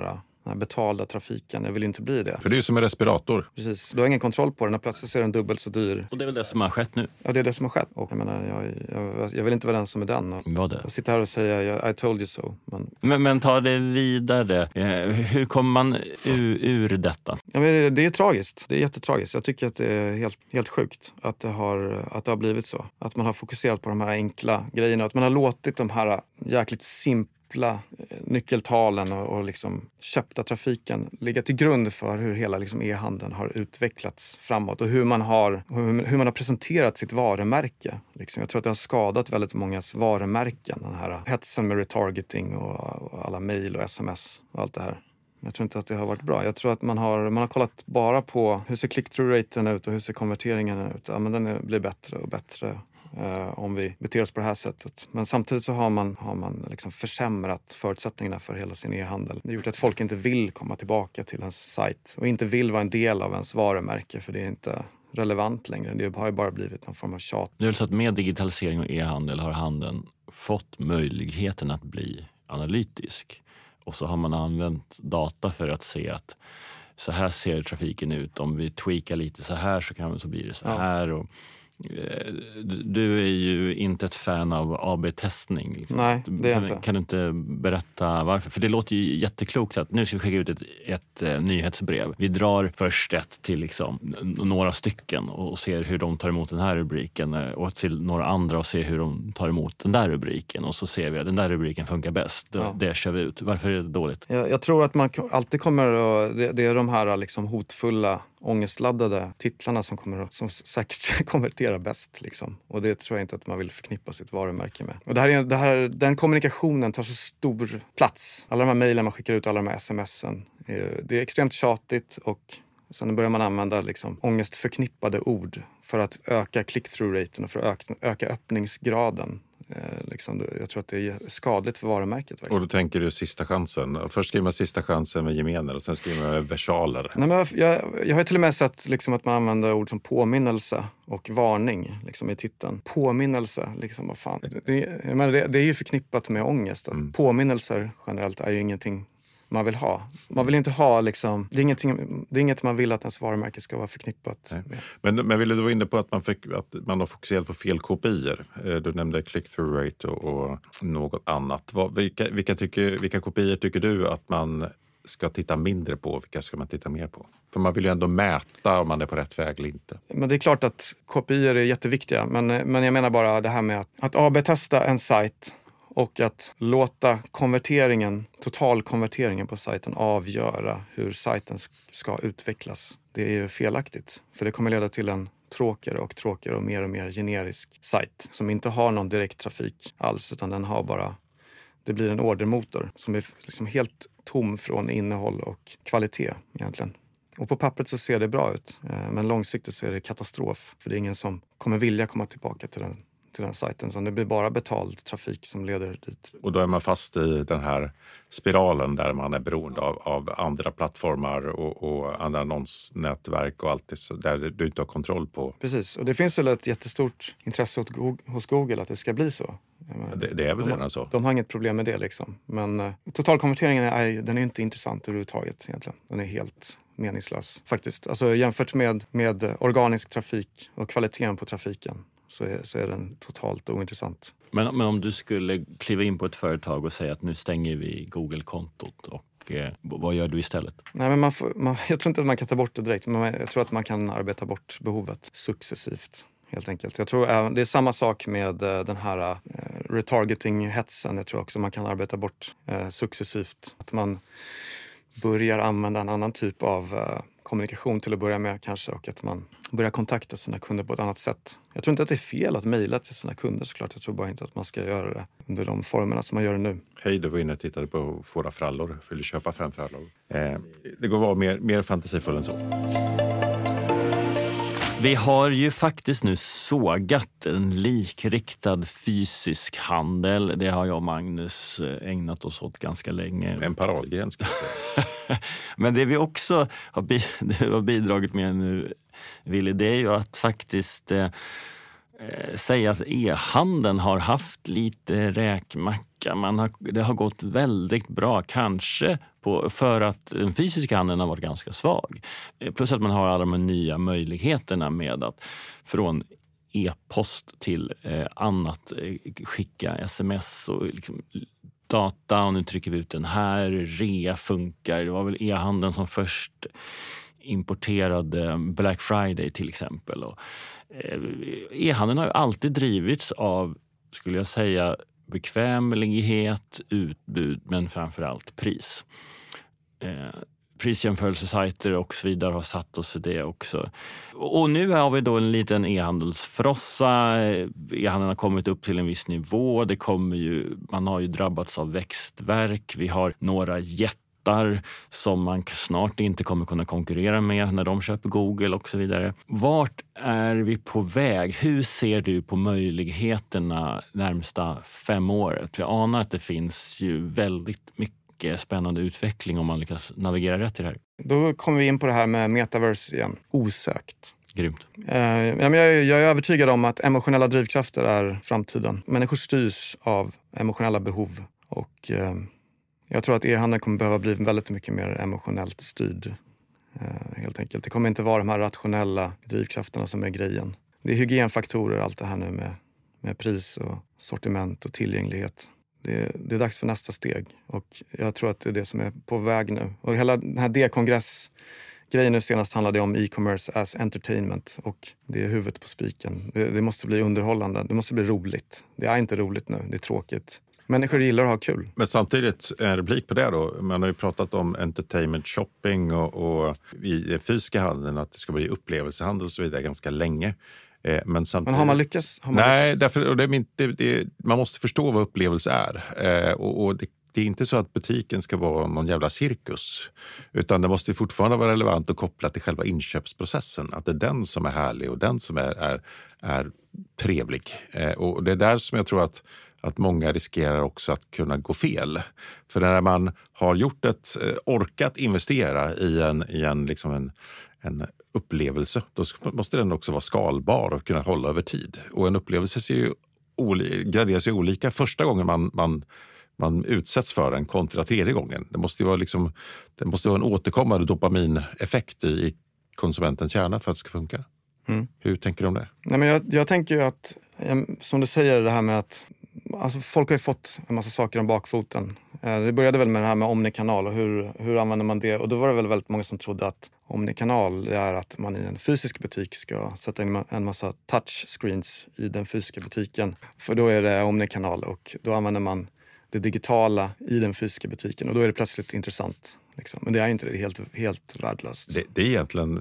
den här betalda trafiken. Jag vill inte bli det. För det är ju som en respirator. Precis. Du har ingen kontroll på den och plötsligt så är den dubbelt så dyr. Och det är väl det som har skett nu? Ja, det är det som har skett. Och jag menar, jag vill inte vara den som är den. Vad det? Jag sitter här och säger I told you so. Men ta det vidare. Hur kommer man ur detta? Ja, men det är tragiskt. Det är jättetragiskt. Jag tycker att det är helt sjukt att det har blivit så. Att man har fokuserat på de här enkla grejerna. Att man har låtit de här jäkligt simpla nyckeltalen och liksom köpta trafiken ligga till grund för hur hela liksom e-handeln har utvecklats framåt och hur man har presenterat sitt varumärke. Liksom. Jag tror att det har skadat väldigt mångas varumärken, den här hetsen med retargeting och alla mejl och sms och allt det här. Jag tror inte att det har varit bra. Jag tror att man har kollat bara på hur ser click-through-raten ut och hur ser konverteringen ut. Ja, men den blir bättre och bättre om vi beter oss på det här sättet. Men samtidigt så har man liksom försämrat förutsättningarna för hela sin e-handel. Det har gjort att folk inte vill komma tillbaka till ens sajt och inte vill vara en del av ens varumärke, för det är inte relevant längre. Det har ju bara blivit någon form av tjat. Det är så att med digitalisering och e-handel har handeln fått möjligheten att bli analytisk. Och så har man använt data för att se att så här ser trafiken ut. Om vi tweakar lite så här så blir det så här. Och, du är ju inte ett fan av AB-testning. Liksom. Nej, det är jag inte. Kan du inte berätta varför? För det låter ju jätteklokt att nu ska vi skicka ut ett nyhetsbrev. Vi drar först ett till liksom några stycken och ser hur de tar emot den här rubriken och till några andra och ser hur de tar emot den där rubriken och så ser vi att den där rubriken funkar bäst. Det kör vi ut. Varför är det dåligt? Jag tror att man alltid kommer att... Det är de här liksom hotfulla, ångestladdade titlarna som säkert konverterar bäst. Liksom. Och det tror jag inte att man vill förknippa sitt varumärke med. Och den kommunikationen tar så stor plats. Alla de här mejlen man skickar ut, alla de här sms'en. Det är extremt tjatigt och sen börjar man använda liksom ångestförknippade ord för att öka click-through-raten och för att öka öppningsgraden. Jag tror att det är skadligt för varumärket. Verkligen. Och då tänker du sista chansen. Först skriver man sista chansen med gemener och sen skriver man versaler. Nej, men jag har till och med sett liksom att man använder ord som påminnelse och varning liksom, i titeln. Påminnelse, liksom, vad fan. Det är ju förknippat med ångest. Påminnelser generellt är ju ingenting man vill ha. Man vill inte ha liksom, det är inget man vill att ens varumärke ska vara förknippat med. Men vill du då inne på att man har fokuserat på fel kopior? Du nämnde click-through rate och något annat. Vilka kopior tycker du att man ska titta mindre på? Vilka ska man titta mer på? För man vill ju ändå mäta om man är på rätt väg eller inte. Men det är klart att kopior är jätteviktiga. Men jag menar bara det här med att AB-testa en sajt och att låta totalkonverteringen på sajten avgöra hur sajten ska utvecklas. Det är ju felaktigt. För det kommer leda till en tråkigare och mer generisk sajt som inte har någon direkt trafik alls, utan det blir en ordermotor som är liksom helt tom från innehåll och kvalitet egentligen. Och på pappret så ser det bra ut, men långsiktigt så är det katastrof. För det är ingen som kommer vilja komma tillbaka till den sajten. Så det blir bara betald trafik som leder dit. Och då är man fast i den här spiralen där man är beroende av andra plattformar och andra annonsnätverk och allt det, så där du inte har kontroll på. Precis, och det finns väl ett jättestort intresse hos Google att det ska bli så. Det är väl redan så. De har inget problem med det liksom. Men totalkonverteringen är inte intressant överhuvudtaget egentligen. Den är helt meningslös faktiskt. Alltså jämfört med organisk trafik och kvaliteten på trafiken så är den totalt ointressant. Men om du skulle kliva in på ett företag och säga att nu stänger vi Google-kontot och vad gör du istället? Nej, men jag tror inte att man kan ta bort det direkt, men jag tror att man kan arbeta bort behovet successivt. Helt enkelt. Jag tror det är samma sak med den här retargeting-hetsen. Jag tror också man kan arbeta bort successivt. Att man börjar använda en annan typ av kommunikation till att börja med kanske, och att man börjar kontakta sina kunder på ett annat sätt. Jag tror inte att det är fel att mejla till sina kunder såklart. Jag tror bara inte att man ska göra det under de formerna som man gör det nu. Hej, du var inne och tittade på våra frallor. Vill du köpa 5 frallor? Det går att vara mer fantasifull än så. Vi har ju faktiskt nu sågat en likriktad fysisk handel. Det har jag och Magnus ägnat oss åt ganska länge. En paradgren ska jag säga. Men det vi också har bidragit med nu, Willy, det är ju att faktiskt säga att e-handeln har haft lite räkmacka. Det har gått väldigt bra, kanske för att den fysiska handeln har varit ganska svag. Plus att man har alla de här nya möjligheterna med att från e-post till annat skicka sms och liksom data, och nu trycker vi ut den här, rea funkar. Det var väl e-handeln som först importerade Black Friday till exempel. Och e-handeln har ju alltid drivits av, skulle jag säga, bekvämlighet, utbud, men framförallt pris. Prisjämförelsesajter och så vidare har satt oss i det också. Och nu har vi då en liten e-handelsfrossa. E-handeln har kommit upp till en viss nivå. Man har ju drabbats av växtvärk. Vi har några jättar som man snart inte kommer kunna konkurrera med när de köper Google och så vidare. Vart är vi på väg? Hur ser du på möjligheterna närmsta 5 året? Vi anar att det finns ju väldigt mycket spännande utveckling om man lyckas navigera rätt i det här. Då kommer vi in på det här med metaverse igen. Osökt. Grymt. Jag är övertygad om att emotionella drivkrafter är framtiden. Människor styrs av emotionella behov. Och jag tror att e-handeln kommer behöva bli väldigt mycket mer emotionellt styrd. Helt enkelt. Det kommer inte vara de här rationella drivkrafterna som är grejen. Det är hygienfaktorer, allt det här nu med pris och sortiment och tillgänglighet. Det är dags för nästa steg, och jag tror att det är det som är på väg nu. Och hela den här D-kongress-grejen nu senast handlade om e-commerce as entertainment, och det är huvudet på spiken. Det måste bli underhållande, det måste bli roligt. Det är inte roligt nu, det är tråkigt. Människor gillar att ha kul. Men samtidigt, en replik på det då. Man har ju pratat om entertainment shopping och i den fysiska handeln att det ska bli upplevelsehandel och så vidare ganska länge. Men har man lyckats? Nej, därför, och man måste förstå vad upplevelse är. Och det är inte så att butiken ska vara någon jävla cirkus. Utan det måste fortfarande vara relevant och kopplat till själva inköpsprocessen. Att det är den som är härlig och den som är trevlig. Och det är där som jag tror att många riskerar också att kunna gå fel. För när man har gjort orkat investera i en upplevelse, då måste den också vara skalbar och kunna hålla över tid. Och en upplevelse graderas ju olika första gången man utsätts för den kontra tredje gången. Det måste vara en återkommande dopamineffekt i konsumentens hjärna för att det ska funka. Mm. Hur tänker du om det? Nej, men jag tänker ju att, som du säger, det här med att folk har ju fått en massa saker om bakfoten. Det började väl med det här med omnikanal och hur använder man det? Och då var det väl väldigt många som trodde att omnikanal är att man i en fysisk butik ska sätta in en massa touchscreens i den fysiska butiken. För då är det omnikanal, och då använder man det digitala i den fysiska butiken. Och då är det plötsligt intressant. Liksom. Men det är inte det, är helt värdelöst. Det är egentligen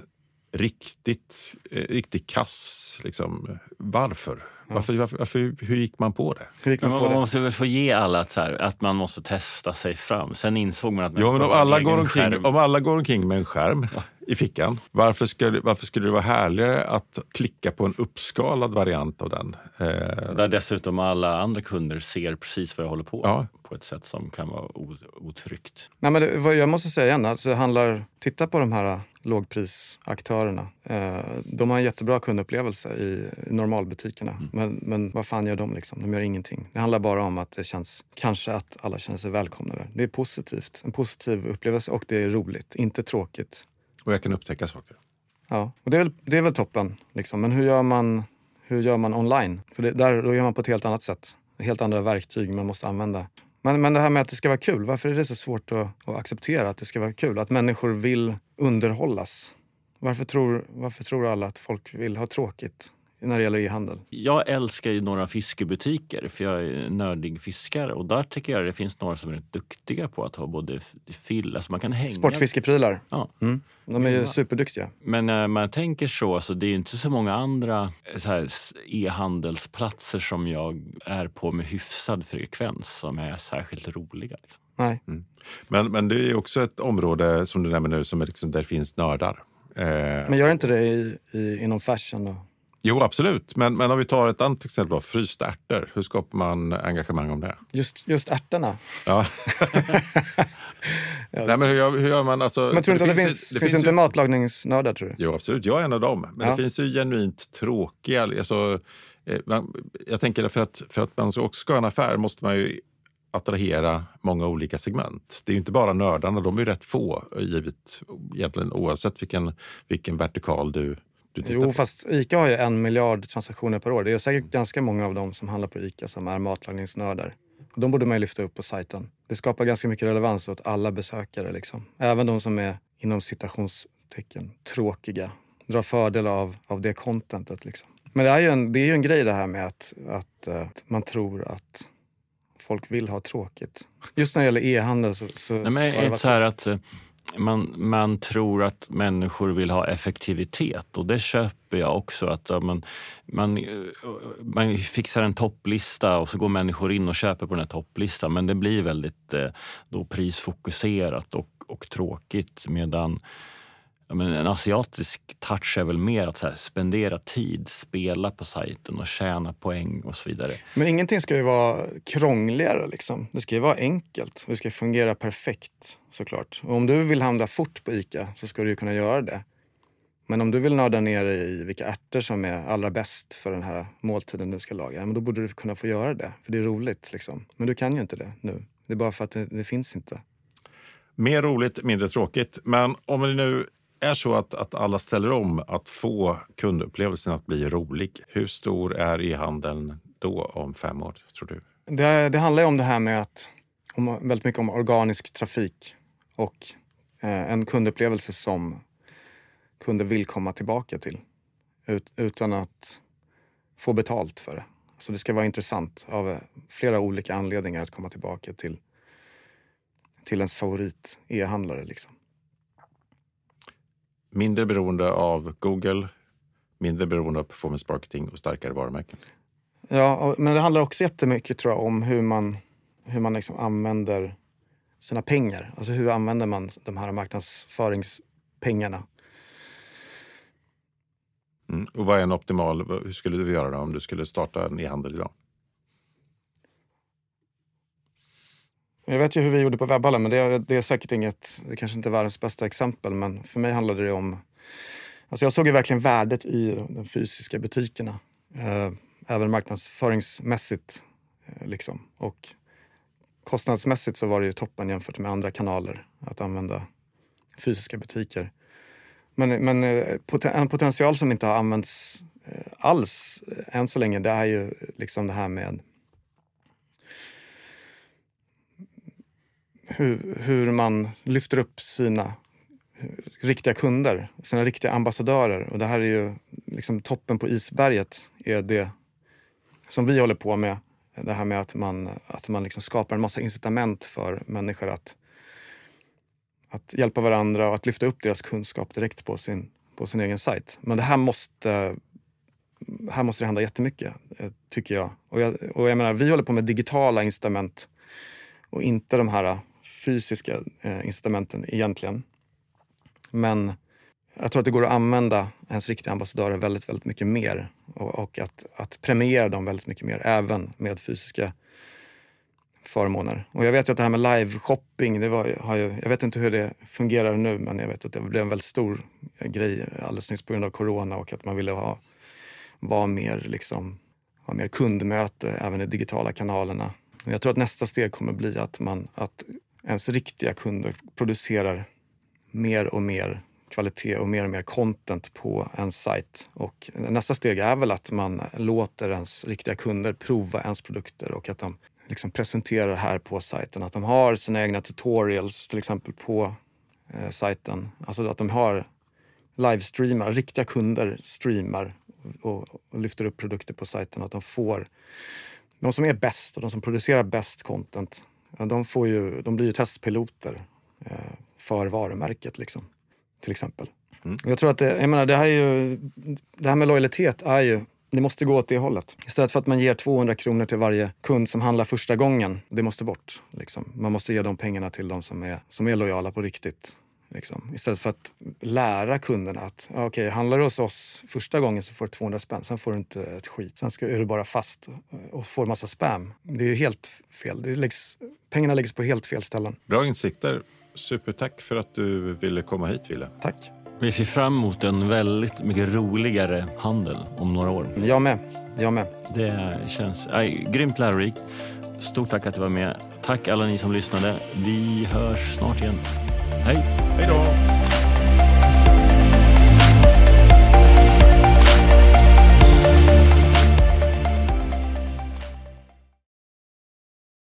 riktigt kass. Liksom. Varför? Ja. Hur gick man på det? Man måste väl få ge alla att man måste testa sig fram. Sen insåg man att man men om alla går omkring med en skärm i fickan, varför skulle det vara härligare att klicka på en uppskalad variant av den? Där dessutom alla andra kunder ser precis vad jag håller på på ett sätt som kan vara otryggt. Nej, men jag måste säga igen, alltså titta på de här lågprisaktörerna. De har en jättebra kundupplevelse i normalbutikerna. Men vad fan gör de liksom? De gör ingenting. Det handlar bara om att det känns, kanske att alla känner sig välkomnade. Det är positivt. En positiv upplevelse, och det är roligt. Inte tråkigt. Och jag kan upptäcka saker. Ja, och det är väl toppen. Liksom. Men hur gör man online? För då gör man på ett helt annat sätt. Helt andra verktyg man måste använda. Men det här med att det ska vara kul, varför är det så svårt att acceptera att det ska vara kul? Att människor vill underhållas. Varför tror alla att folk vill ha tråkigt när det gäller e-handel? Jag älskar ju några fiskebutiker, för jag är nördig fiskare. Och där tycker jag det finns några som är duktiga på att ha både alltså man kan hänga. Sportfiskeprylar. Ja. Mm. De är ju superduktiga. Men när man tänker så det är inte så många andra e-handelsplatser som jag är på med hyfsad frekvens som är särskilt roliga. Liksom. Nej. Mm. Men det är ju också ett område som du nämner nu som är liksom, där det finns nördar. Men gör inte det inom fashion då? Jo, absolut. Men om vi tar ett annat exempel, frysta ärtor. Hur skapar man engagemang om det? Just ärtorna? Ja. Nej, men hur gör man? Alltså, men tror du inte att det finns inte matlagningsnördar, tror du? Jo, absolut. Jag är en av dem. Men det finns ju genuint tråkiga. Alltså, jag tänker för att man också ska ha en affär måste man ju attrahera många olika segment. Det är ju inte bara nördarna, de är ju rätt få, givet egentligen oavsett vilken vertikal du tittar på. Jo, fast ICA har ju 1 miljard transaktioner per år. Det är säkert ganska många av dem som handlar på ICA som är matlagningsnördar. Och de borde man ju lyfta upp på sajten. Det skapar ganska mycket relevans åt alla besökare. Liksom. Även de som är inom citationstecken tråkiga. Drar fördel av det contentet. Liksom. Men det är ju en grej det här med att man tror att folk vill ha tråkigt. Just när det gäller e-handel så Nej, men är det så här att man tror att människor vill ha effektivitet, och det köper jag också. Att man fixar en topplista och så går människor in och köper på den här topplistan, men det blir väldigt då prisfokuserat och tråkigt, medan en asiatisk touch är väl mer att så här, spendera tid, spela på sajten och tjäna poäng och så vidare. Men ingenting ska ju vara krångligare liksom. Det ska ju vara enkelt. Det ska fungera perfekt såklart. Och om du vill handla fort på ICA så ska du ju kunna göra det. Men om du vill nörda ner i vilka ärtor som är allra bäst för den här måltiden du ska laga, men då borde du kunna få göra det. För det är roligt liksom. Men du kan ju inte det nu. Det är bara för att det finns inte. Mer roligt, mindre tråkigt. Men om det nu är så att alla ställer om att få kundupplevelsen att bli rolig, hur stor är e-handeln då om 5 år, tror du? Det handlar ju om det här med väldigt mycket om organisk trafik och en kundupplevelse som kunder vill komma tillbaka till utan att få betalt för det. Så det ska vara intressant av flera olika anledningar att komma tillbaka till ens favorit e-handlare liksom. Mindre beroende av Google, mindre beroende av performance marketing och starkare varumärken. Ja, men det handlar också jättemycket tror jag om hur man liksom använder sina pengar. Alltså hur använder man de här marknadsföringspengarna? Och vad är en optimal, hur skulle du göra då om du skulle starta en e-handel idag? Jag vet ju hur vi gjorde på Webhallen, men det är säkert det kanske inte är världens bästa exempel, men för mig handlade det om, alltså jag såg ju verkligen värdet i de fysiska butikerna, även marknadsföringsmässigt liksom, och kostnadsmässigt så var det ju toppen jämfört med andra kanaler att använda fysiska butiker. Men en potential som inte har använts alls än så länge, det är ju liksom det här med hur man lyfter upp sina riktiga kunder, sina riktiga ambassadörer. Och det här är ju liksom toppen på isberget, är det som vi håller på med. Det här med att man liksom skapar en massa incitament för människor att hjälpa varandra och att lyfta upp deras kunskap direkt på sin egen sajt. Men det här måste det hända jättemycket, tycker jag. Och jag menar, vi håller på med digitala incitament och inte de här fysiska incitamenten egentligen. Men jag tror att det går att använda ens riktiga ambassadörer väldigt, väldigt mycket mer. Och att premiera dem väldigt mycket mer, även med fysiska förmåner. Och jag vet ju att det här med live-shopping, jag vet inte hur det fungerar nu, men jag vet att det blev en väldigt stor grej alldeles nyss på grund av corona och att man ville ha mer kundmöte även i digitala kanalerna. Och jag tror att nästa steg kommer bli att ens riktiga kunder producerar mer och mer kvalitet och mer content på en sajt. Och nästa steg är väl att man låter ens riktiga kunder prova ens produkter och att de liksom presenterar här på sajten. Att de har sina egna tutorials till exempel på sajten. Alltså att de har livestreamar, riktiga kunder streamar och lyfter upp produkter på sajten. Att de som är bäst och de som producerar bäst content, de blir ju testpiloter för varumärket liksom, till exempel. Jag tror att det här med lojalitet är ju, det måste gå åt det hållet. Istället för att man ger 200 kronor till varje kund som handlar första gången, det måste bort. Liksom. Man måste ge de pengarna till de som är lojala på riktigt. Liksom. Istället för att lära kunderna att okej, handlar du hos oss första gången så får du 200 spänn, sen får du inte ett skit. Sen är du bara fast och får massa spam. Det är ju helt fel. Pengarna läggs på helt fel ställen. Bra insikter. Supertack för att du ville komma hit, Wille. Tack. Vi ser fram emot en väldigt mycket roligare handel om några år. Jag med. Det känns grymt lärorikt. Stort tack att du var med. Tack alla ni som lyssnade. Vi hörs snart igen. Hej!